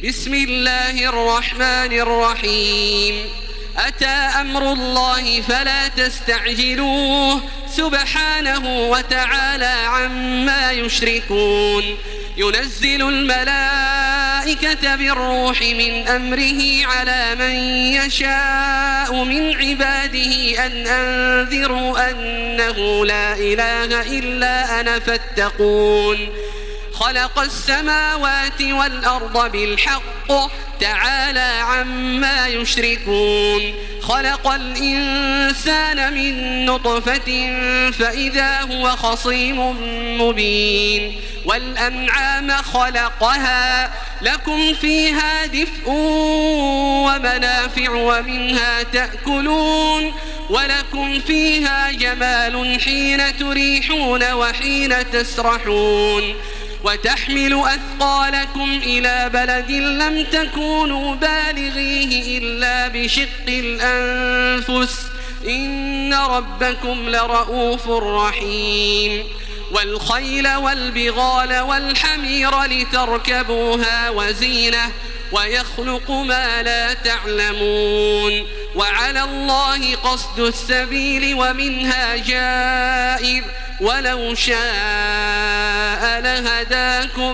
بسم الله الرحمن الرحيم أتى أمر الله فلا تستعجلوه سبحانه وتعالى عما يشركون ينزل الملائكة بالروح من أمره على من يشاء من عباده أن أنذروا أنه لا إله إلا أنا فاتقون خلق السماوات والأرض بالحق تعالى عما يشركون خلق الإنسان من نطفة فإذا هو خصيم مبين والأنعام خلقها لكم فيها دفء ومنافع ومنها تأكلون ولكم فيها جمال حين تريحون وحين تسرحون وتحمل أثقالكم إلى بلد لم تكونوا بالغيه إلا بشق الأنفس إن ربكم لرؤوف رحيم والخيل والبغال والحمير لتركبوها وزينة ويخلق ما لا تعلمون وعلى الله قصد السبيل ومنها جائر ولو شاء لهداكم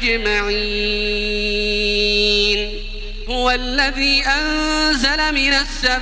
أجمعين هو الذي أنزل من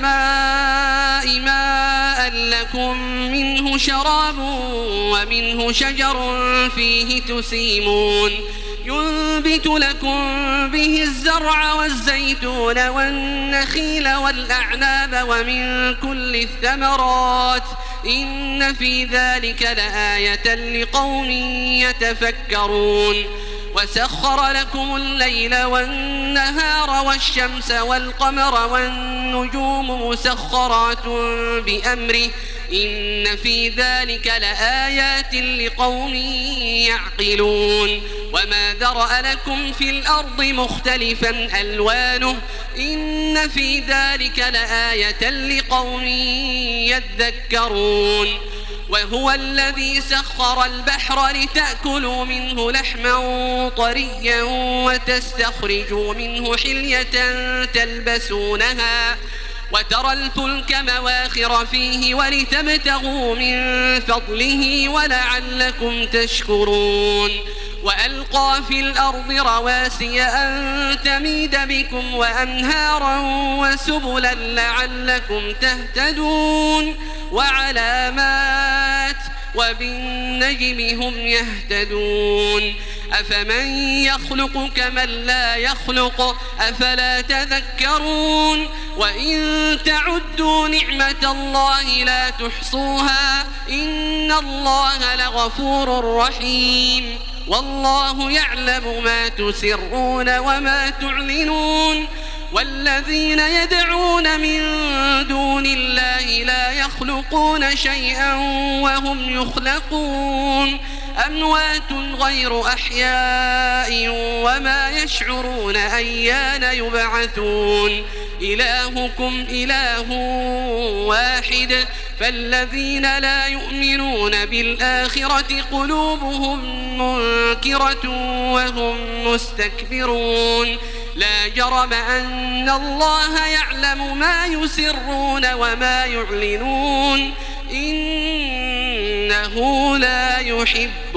السماء ماء لكم منه شراب ومنه شجر فيه تسيمون ينبت لكم به الزرع والزيتون والنخيل والأعناب ومن كل الثمرات إن في ذلك لآية لقوم يتفكرون وسخر لكم الليل والنهار والشمس والقمر والنجوم مسخرات بأمره إن في ذلك لآيات لقوم يعقلون وما ذرأ لكم في الأرض مختلفا ألوانه إن في ذلك لآية لقوم يذكرون وهو الذي سخر البحر لتأكلوا منه لحما طريا وتستخرجوا منه حلية تلبسونها وترى الفلك مواخر فيه ولتبتغوا من فضله ولعلكم تشكرون وألقى في الأرض رواسي أن تميد بكم وأنهارا وسبلا لعلكم تهتدون وعلامات وبالنجم هم يهتدون أفمن يخلق كمن لا يخلق أفلا تذكرون وإن تعدوا نعمة الله لا تحصوها إن الله لغفور رحيم والله يعلم ما تسرون وما تعلنون والذين يدعون من دون الله لا يخلقون شيئا وهم يخلقون أموات غير أحياء وما يشعرون أيان يبعثون إلهكم إله واحد فالذين لا يؤمنون بالآخرة قلوبهم منكرة وهم مستكبرون لا جرم أن الله يعلم ما يسرون وما يعلنون إنه لا يحب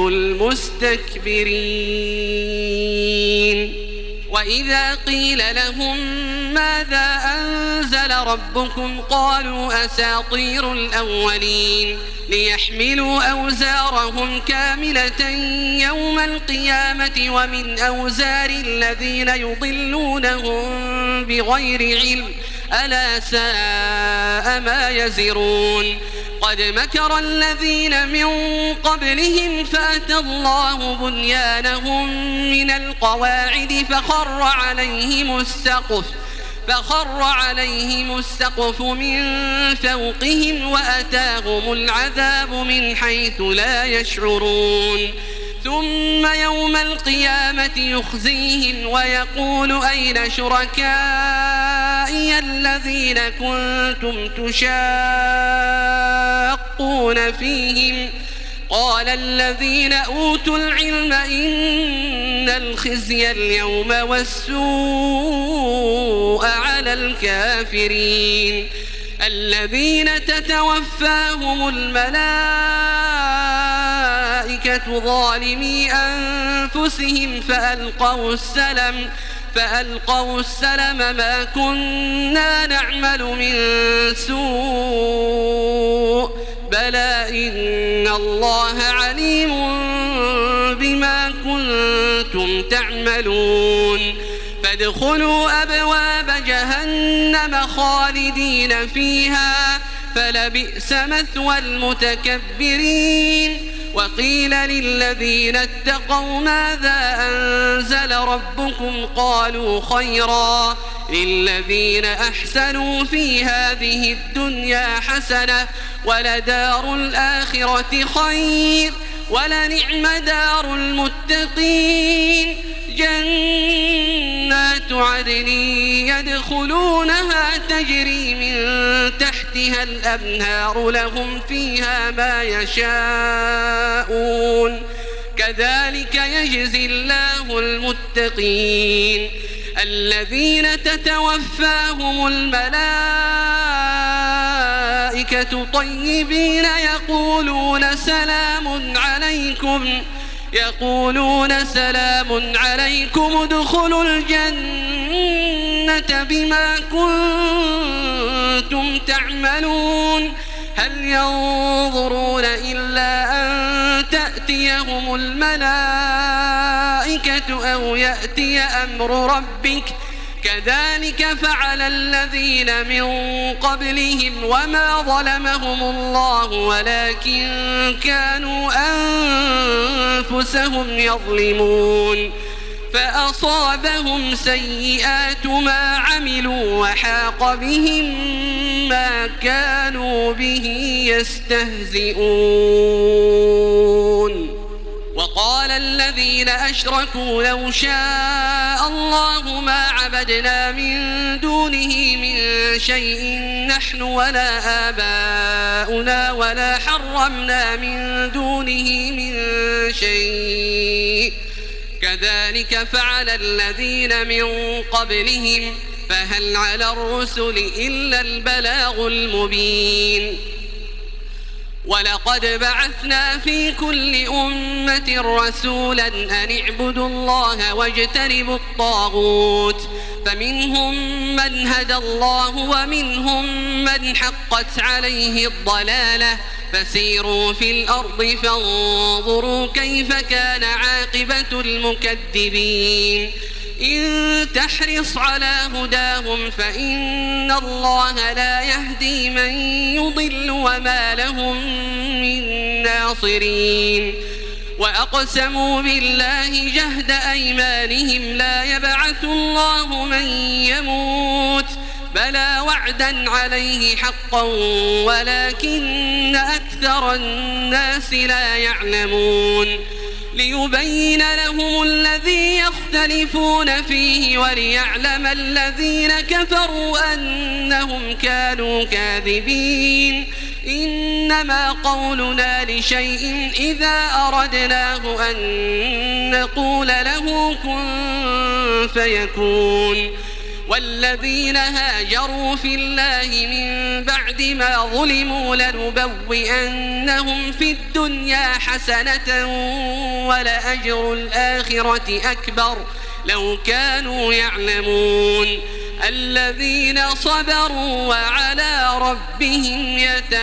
المستكبرين وإذا قيل لهم ماذا أنزل ربكم قالوا أساطير الأولين ليحملوا أوزارهم كاملة يوم القيامة ومن أوزار الذين يضلونهم بغير علم ألا ساء ما يزرون قد مكر الذين من قبلهم فأتى الله بنيانهم من القواعد فخر عليهم السقف من فوقهم وأتاهم العذاب من حيث لا يشعرون ثم يوم القيامة يخزيهم ويقول أين شركائي الذين كنتم تشاقون فيهم قال الذين أوتوا العلم إن الخزي اليوم والسوء على الكافرين الذين تتوفاهم الملائكة ظالمي أنفسهم فألقوا السلم ما كنا نعمل من سوء بلى إن الله عليم بما كنتم تعملون فادخلوا أبواب جهنم خالدين فيها فلبئس مثوى المتكبرين وقيل للذين اتقوا ماذا أنزل ربكم قالوا خيرا للذين أحسنوا في هذه الدنيا حسنة ولدار الآخرة خير ولنعم دار المتقين جنات عدن يدخلونها تجري من تحتها الأنهار لهم فيها ما يشاءون كذلك يجزي الله المتقين الذين تتوفاهم الملائكة طيبين يقولون سلام عليكم ادخلوا الجنة بما كنتم تعملون هل ينظرون إلا أن تأتيهم الملائكة أو يأتي أمر ربك كذلك فعل الذين من قبلهم وما ظلمهم الله ولكن كانوا أنفسهم يظلمون فأصابهم سيئات ما عملوا وحاق بهم ما كانوا به يستهزئون وقال الذين أشركوا لو شاء الله ما عبدنا من دونه من شيء نحن ولا آباؤنا ولا حرمنا من دونه من شيء كذلك فعل الذين من قبلهم فهل على الرسل إلا البلاغ المبين ولقد بعثنا في كل أمة رسولا أن اعبدوا الله واجتنبوا الطاغوت فمنهم من هدى الله ومنهم من حقت عليه الضلالة فسيروا في الأرض فانظروا كيف كان عاقبة المكذبين إن تحرص على هداهم فإن الله لا يهدي من يضل وما لهم من ناصرين وأقسموا بالله جهد أيمانهم لا يبعث الله من يموت بلى وعدا عليه حقا ولكن أكثر الناس لا يعلمون ليبين لهم الذي يختلفون فيه وليعلم الذين كفروا أنهم كانوا كاذبين إنما قولنا لشيء إذا أردناه أن نقول له كن فيكون والذين هاجروا في الله من بعد ما ظلموا لنبوئنهم في الدنيا حسنة ولأجر الآخرة أكبر لو كانوا يعلمون الذين صبروا وعلى ربهم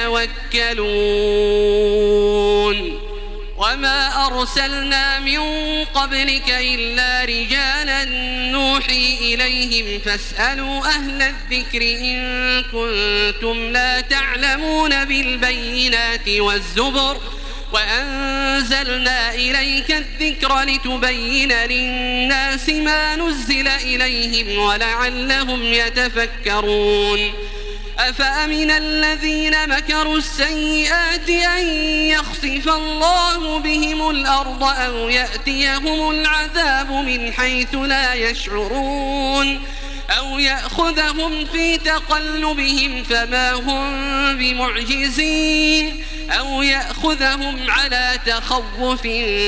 يتوكلون وما أرسلنا من قبلك إلا رجالا نوحي إليهم فاسألوا أهل الذكر إن كنتم لا تعلمون بالبينات والزبر وأنزلنا إليك الذكر لتبين للناس ما نزل إليهم ولعلهم يتفكرون أفأمن الذين مكروا السيئات أن يخسف الله بهم الأرض أو يأتيهم العذاب من حيث لا يشعرون أو يأخذهم في تقلبهم فما هم بمعجزين أو يأخذهم على تخوف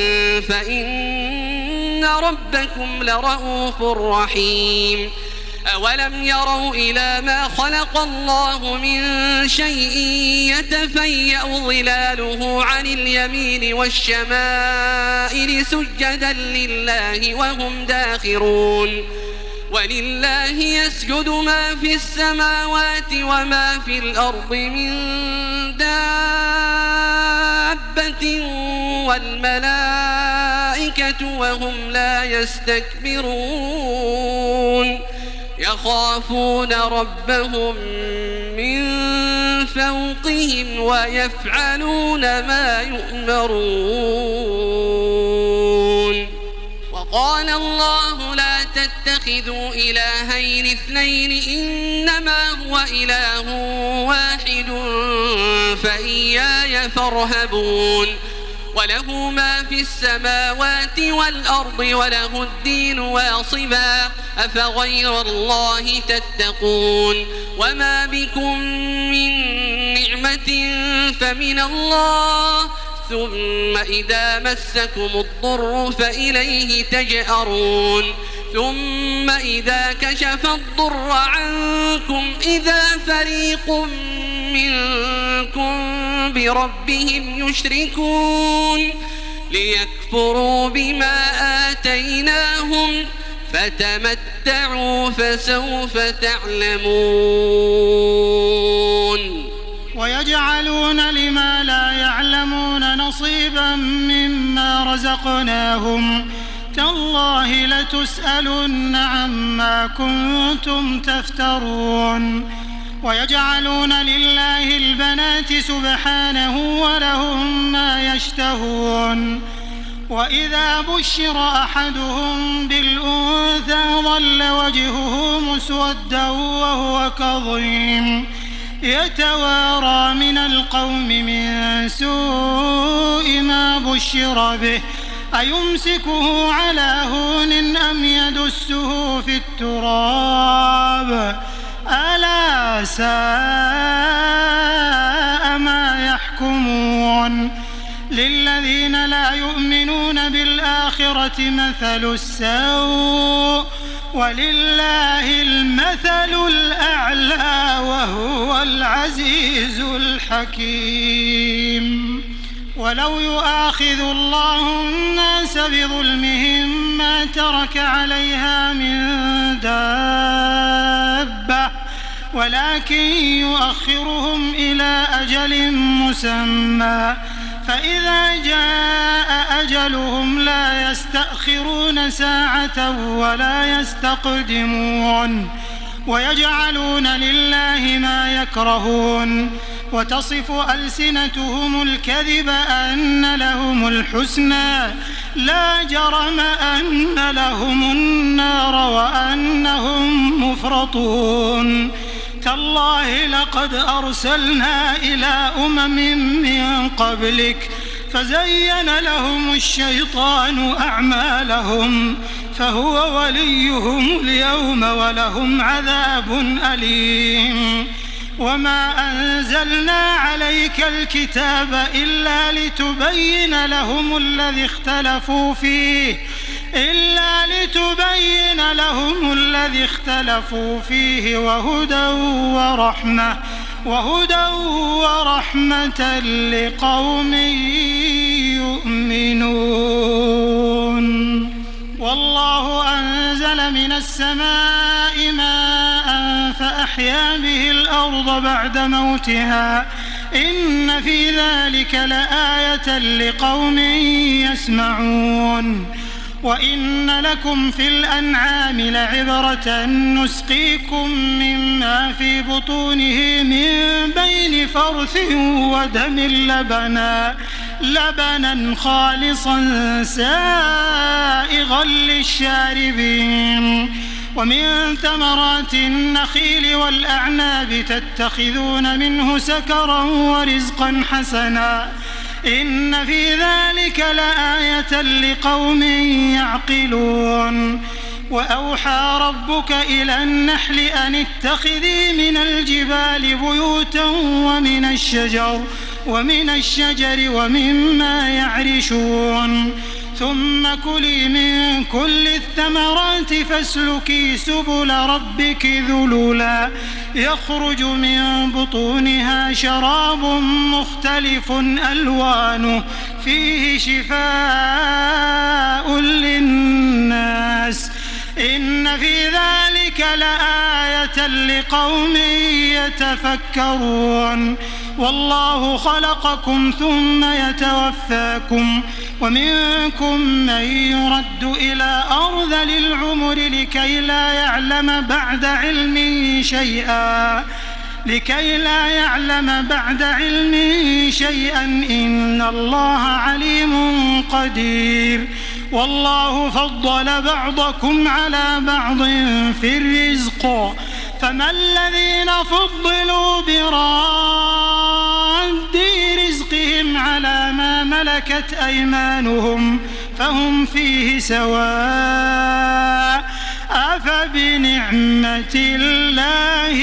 فإن ربكم لرءوف رحيم. أولم يروا إلى ما خلق الله من شيء يتفيأ ظلاله عن اليمين والشمائل سجدا لله وهم داخرون. ولله يسجد ما في السماوات وما في الأرض من دابة والملائكة وهم لا يستكبرون يخافون ربهم من فوقهم ويفعلون ما يؤمرون. وقال الله لا تتخذوا إلهين اثنين إنما هو إله واحد فإياي فارهبون. وله ما في السماوات والأرض وله الدين واصبا أفغير الله تتقون. وما بكم من نعمة فمن الله ثم إذا مسكم الضر فإليه تجأرون. ثم إذا كشف الضر عنكم إذا فريق منكم بربهم يشركون ليكفروا بما آتيناهم فتمتعوا فسوف تعلمون. ويجعلون لما لا يعلمون نصيبا مما رزقناهم تالله لتسألن عما كنتم تفترون. ويجعلون لله البنات سبحانه ولهم ما يشتهون. وإذا بشر أحدهم بالأنثى ظل وجهه مسودا وهو كظيم يتوارى من القوم من سوء ما بشر به أيمسكه على هون أم يدسه في التراب ألا ساء ما يحكمون. للذين لا يؤمنون بالآخرة مثل السوء ولله المثل الأعلى وهو العزيز الحكيم. ولو يؤاخذ الله الناس بظلمهم ما ترك عليها من دابة ولكن يؤخرهم إلى أجل مسمى فإذا جاء أجلهم لا يستأخرون ساعة ولا يستقدمون. ويجعلون لله ما يكرهون وتصف ألسنتهم الكذب أن لهم الحسنى لا جرم أن لهم النار وأنهم مفرطون. تالله لقد أرسلنا إلى من قبلك فزين لهم الشيطان أعمالهم فهو وليهم اليوم ولهم عذاب أليم. وما أنزلنا عليك الكتاب إلا لتبين لهم الذي اختلفوا فيه وهدى ورحمة لقوم يؤمنون. والله أنزل من السماء ماء فأحيا به الأرض بعد موتها إن في ذلك لآية لقوم يسمعون. وإن لكم في الأنعام لعبرة نسقيكم مما في بطونه من بين فرث ودم لبنا خالصا سائغا للشاربين. ومن ثمرات النخيل والأعناب تتخذون منه سكرا ورزقا حسنا إن في ذلك لآية لقوم يعقلون. وأوحى ربك إلى النحل أن اتخذي من الجبال بيوتا ومن الشجر ومما يعرشون ثم كلي من كل الثمرات فاسلكي سبل ربك ذللا يخرج من بطونها شراب مختلف ألوانه فيه شفاء للناس إن في ذلك لآية لقوم يتفكرون والله خلقكم ثم يتوفاكم ومنكم من يرد إلى أرذل العمر لكي لا يعلم بعد علم شيئا إن الله عليم قدير والله فضل بعضكم على بعض في الرزق فما الذين فضلوا براد رزقهم على ما ملكت أيمانهم فهم فيه سواء أفبنعمة الله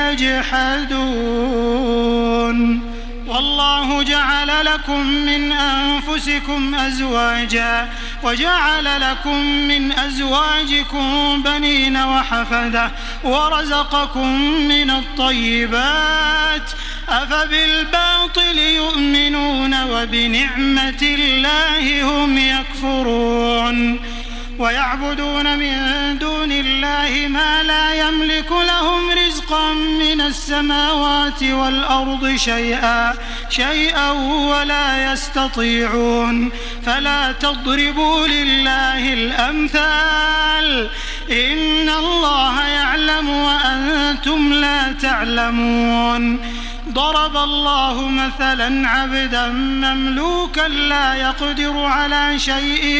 يجحدون والله جعل لكم من أنفسكم أزواجا وجعل لكم من أزواجكم بنين وحفدة ورزقكم من الطيبات أفبالباطل يؤمنون وبنعمة الله هم يكفرون ويعبدون من دون الله ما لا يملك لهم رزقا من السماوات والأرض شيئا ولا يستطيعون فلا تضربوا لله الأمثال إن الله يعلم وأنتم لا تعلمون ضرب الله مثلا عبدا مملوكا لا يقدر على شيء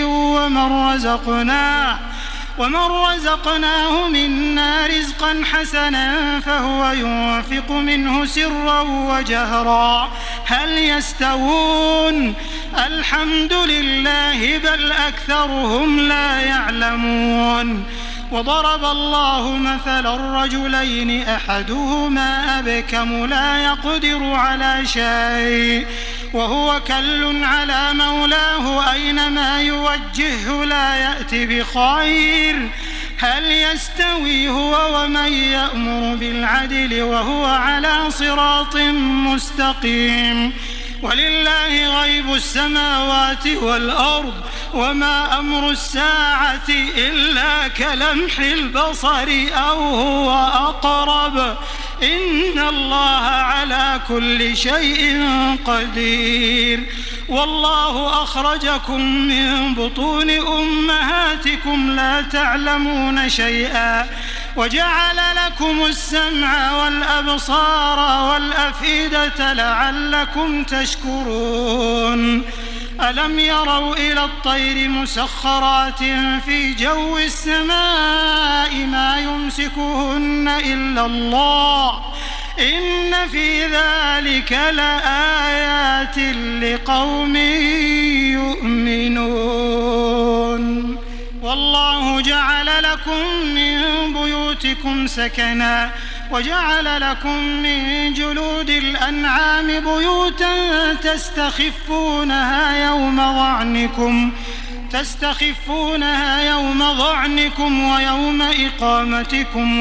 ومن رزقناه منا رزقا حسنا فهو ينفق منه سرا وجهرا هل يستوون الحمد لله بل أكثرهم لا يعلمون وضرب الله مثلا رجلين أحدهما أبكم لا يقدر على شيء وهو كل على مولاه أينما يوجهه لا يأتي بخير هل يستوي هو ومن يأمر بالعدل وهو على صراط مستقيم ولله غيب السماوات والأرض وما أمر الساعة إلا كلمح البصر أو هو أقرب إن الله على كل شيء قدير والله أخرجكم من بطون أمهاتكم لا تعلمون شيئا وجعل لكم السمع والأبصار والأفئدة لعلكم تشكرون ألم يروا إلى الطير مسخرات في جو السماء ما يمسكهن إلا الله إن في ذلك لآيات لقوم يؤمنون والله جعل لكم من بيوتكم سكنا وجعل لكم من جلود الأنعام بيوتا تستخفونها يوم ضعنكم ويوم إقامتكم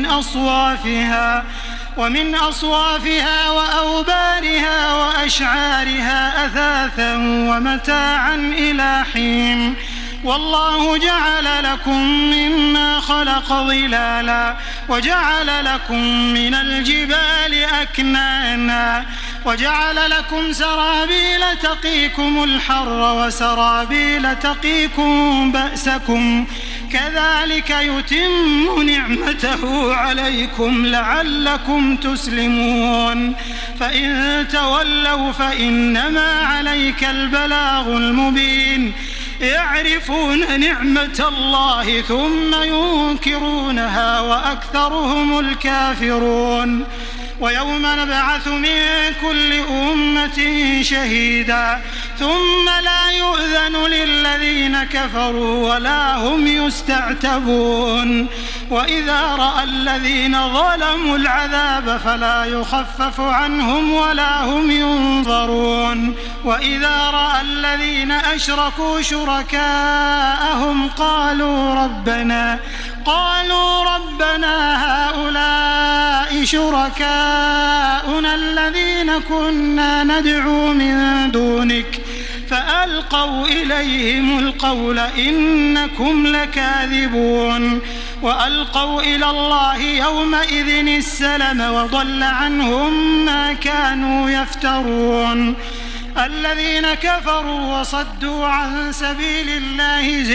ومن أصوافها وأوبارها وأشعارها أثاثا ومتاعا إلى حين والله جعل لكم مما خلق ظلالا وجعل لكم من الجبال أكنانا وجعل لكم سرابيل تقيكم الحر وسرابيل تقيكم بأسكم كذلك يتم نعمته عليكم لعلكم تسلمون فإن تولوا فإنما عليك البلاغ المبين يعرفون نعمة الله ثم ينكرونها وأكثرهم الكافرون ويوم نبعث من كل أمة شهيدا ثم لا يؤذن للذين كفروا ولا هم يستعتبون وإذا رأى الذين ظلموا العذاب فلا يخفف عنهم ولا هم ينظرون وإذا رأى الذين أشركوا شركاءهم قالوا ربنا هؤلاء شركاؤنا الذين كنا ندعو من دونك فألقوا إليهم القول إنكم لكاذبون وألقوا إلى الله يومئذ السلم وضل عنهم ما كانوا يفترون الذين كفروا وصدوا عن سبيل الله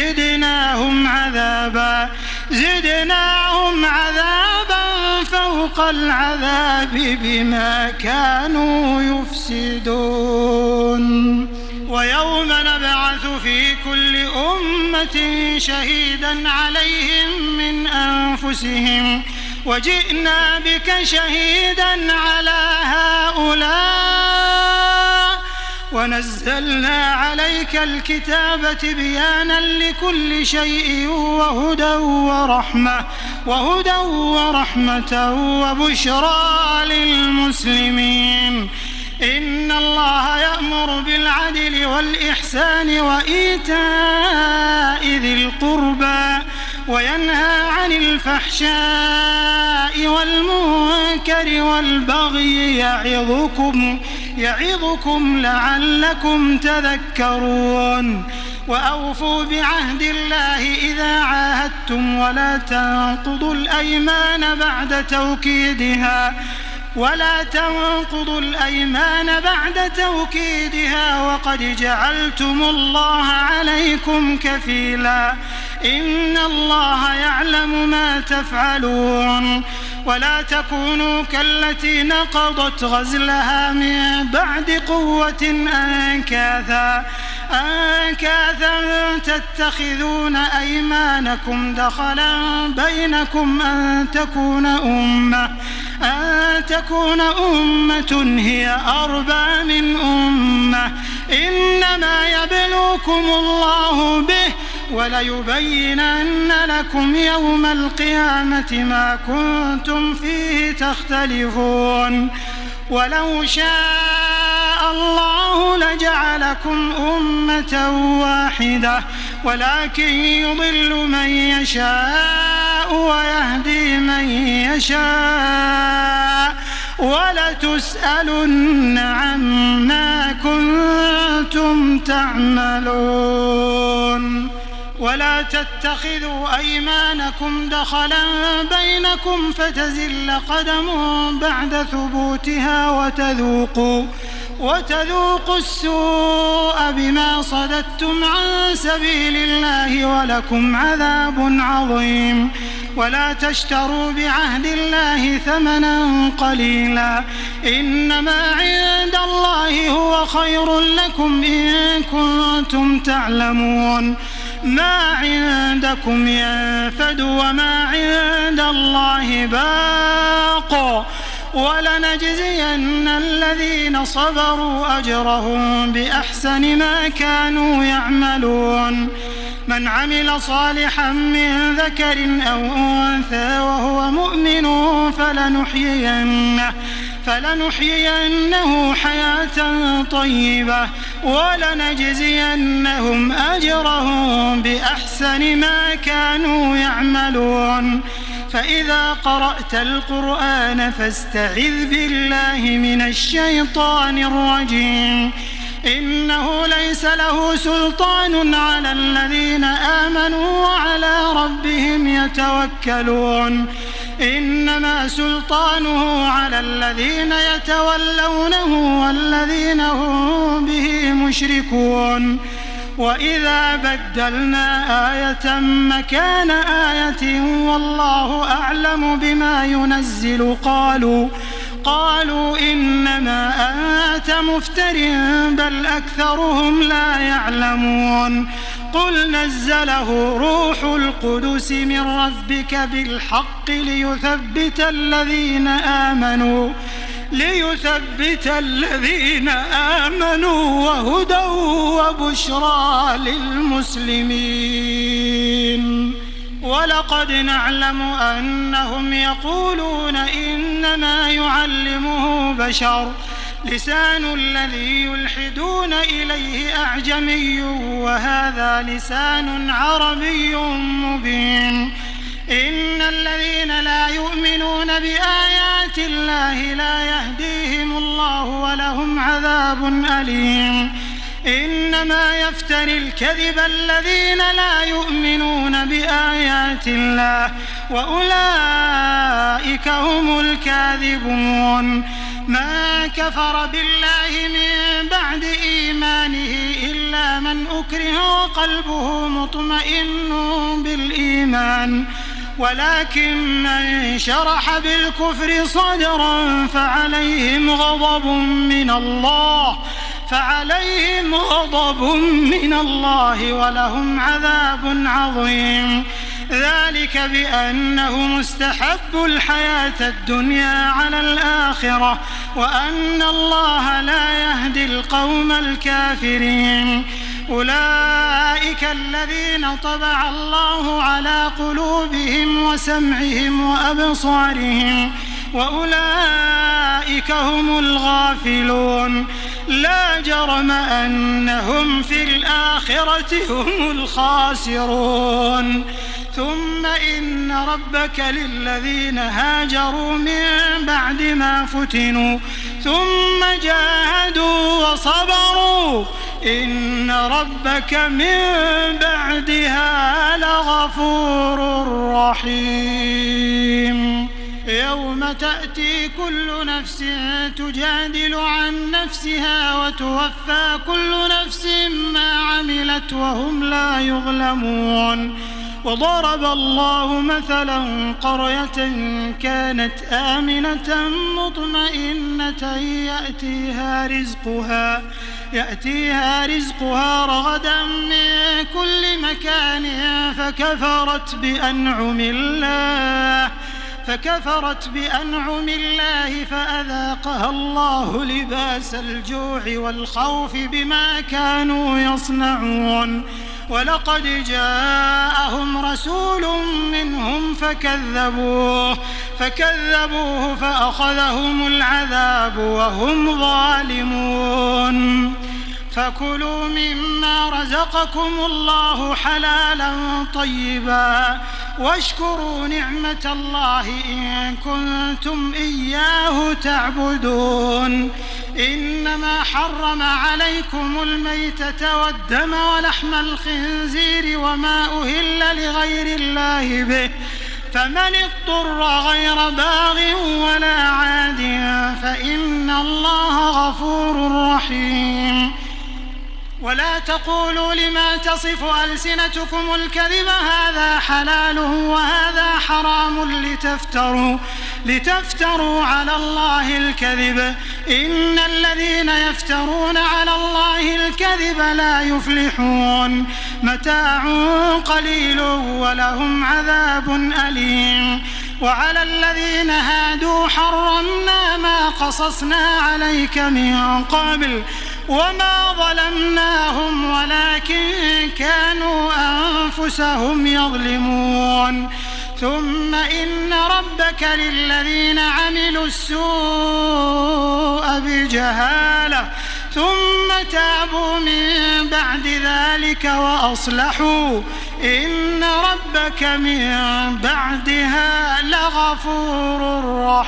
زدناهم عذابا فوق العذاب بما كانوا يفسدون ويوم نبعث في كل أمة شهيدا عليهم من أنفسهم وجئنا بك شهيدا على هؤلاء ونزلنا عليك الكتاب تبيانا لكل شيء وهدى ورحمة وبشرى للمسلمين إن الله يأمر بالعدل والإحسان وإيتاء ذي القربى وينهى عن الفحشاء والمنكر والبغي يعظكم لعلكم تذكرون وأوفوا بعهد الله إذا عاهدتم ولا تنقضوا الأيمان بعد توكيدها وقد جعلتم الله عليكم كفيلا إن الله يعلم ما تفعلون ولا تكونوا كالتي نقضت غزلها من بعد قوة أنكاثا تتخذون أيمانكم دخلا بينكم أن تكون أمة هي أربى من أمة إنما يبلوكم الله به وليبينن لكم يوم القيامة ما كنتم فيه تختلفون ولو شاء الله لجعلكم أمة واحدة ولكن يضل من يشاء ويهدي من يشاء ولتسألن عما كنتم تعملون ولا تتخذوا أيمانكم دخلا بينكم فتزل قدم بعد ثبوتها وتذوقوا السوء بما صددتم عن سبيل الله ولكم عذاب عظيم ولا تشتروا بعهد الله ثمنا قليلا إنما عند الله هو خير لكم إن كنتم تعلمون ما عندكم ينفد وما عند الله باق ولنجزين الذين صبروا أجرهم بأحسن ما كانوا يعملون من عمل صالحا من ذكر أو أنثى وهو مؤمن فلنحيينه حياة طيبة ولنجزينهم أجرهم بأحسن ما كانوا يعملون فإذا قرأت القرآن فاستعذ بالله من الشيطان الرجيم إنه ليس له سلطان على الذين آمنوا وعلى ربهم يتوكلون إنما سلطانه على الذين يتولونه والذين هم به مشركون وإذا بدلنا آية مكان آية والله أعلم بما ينزل قالوا إنما أنت مفتر بل أكثرهم لا يعلمون قل نزله روح القدس من ربك بالحق ليثبت الذين آمنوا وهدى وبشرى للمسلمين. ولقد نعلم أنهم يقولون إنما يعلمه بشر لسان الذي يلحدون إليه أعجمي وهذا لسان عربي مبين. إن الذين لا يؤمنون بآيات الله لا يهديهم الله ولهم عذاب أليم. إنما يفتري الكذب الذين لا يؤمنون بآيات الله وأولئك هم الكاذبون. ما كفر بالله من بعد إيمانه إلا من أكره وقلبه مطمئن بالإيمان ولكن من شرح بالكفر صدرا فعليهم غضب من الله ولهم عذاب عظيم. ذلك بأنهم استحبوا الحياة الدنيا على الآخرة وأن الله لا يهدي القوم الكافرين. أولئك الذين طبع الله على قلوبهم وسمعهم وأبصارهم وأولئك هم الغافلون. لا جرم أنهم في الآخرة هم الخاسرون. ثم إن ربك للذين هاجروا من بعد ما فتنوا ثم جاهدوا وصبروا إن ربك من بعدها لغفور رحيم. يوم تأتي كل نفس تجادل عن نفسها وتوفى كل نفس ما عملت وهم لا يظلمون. وضرب الله مثلا قرية كانت آمنة مطمئنة يأتيها رزقها رغدا من كل مكان فكفرت بأنعم الله فأذاقها الله لباس الجوع والخوف بما كانوا يصنعون. ولقد جاءهم رسول منهم فكذبوه فأخذهم العذاب وهم ظالمون. فكلوا مما رزقكم الله حلالا طيبا واشكروا نعمة الله إن كنتم إياه تعبدون. إنما حرم عليكم الميتة والدم ولحم الخنزير وما أهل لغير الله به فمن اضطر غير باغ ولا عاد فإن الله غفور رحيم. ولا تقولوا لما تصف ألسنتكم الكذب هذا حلال وهذا حرام لتفتروا على الله الكذب إن الذين يفترون على الله الكذب لا يفلحون. متاع قليل ولهم عذاب أليم. وعلى الذين هادوا حرمنا ما قصصنا عليك من قبل وما ظلمناهم ولكن كانوا أنفسهم يظلمون. ثم إن ربك للذين عملوا السوء بجهالة ثم تابوا من بعد ذلك وأصلحوا إن ربك من بعدها لغفور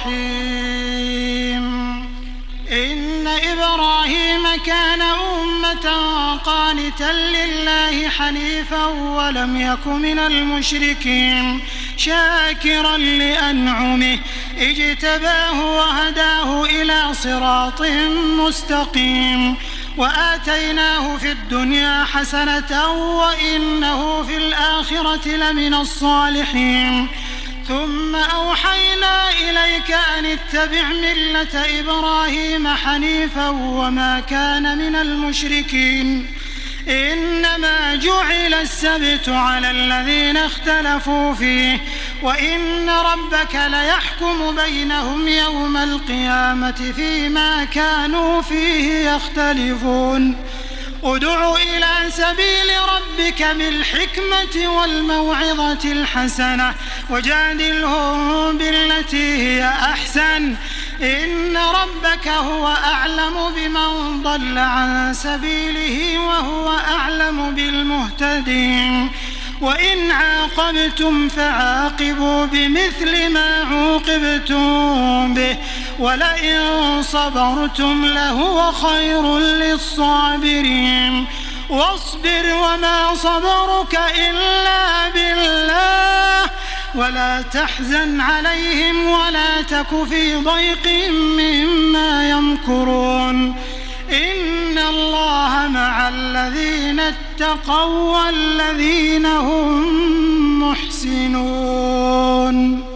رحيم. إن إبراهيم كان أمة قانتا لله حنيفا ولم يك من المشركين شاكرا لأنعمه اجتباه وهداه إلى صراط مستقيم. وآتيناه في الدنيا حسنة وإنه في الآخرة لمن الصالحين. ثم أوحينا إليك أن اتبع ملة إبراهيم حنيفا وما كان من المشركين. إنما جعل السبت على الذين اختلفوا فيه وإن ربك ليحكم بينهم يوم القيامة فيما كانوا فيه يختلفون ادع إلى سبيل ربك بالحكمة والموعظة الحسنة وجادلهم بالتي هي أحسن إن ربك هو أعلم بمن ضل عن سبيله وهو أعلم بالمهتدين وإن عاقبتم فعاقبوا بمثل ما عوقبتم به ولئن صبرتم لهو خير للصابرين واصبر وما صبرك إلا بالله ولا تحزن عليهم ولا تك في ضيق مما يمكرون إن الله مع الذين اتقوا والذين هم محسنون.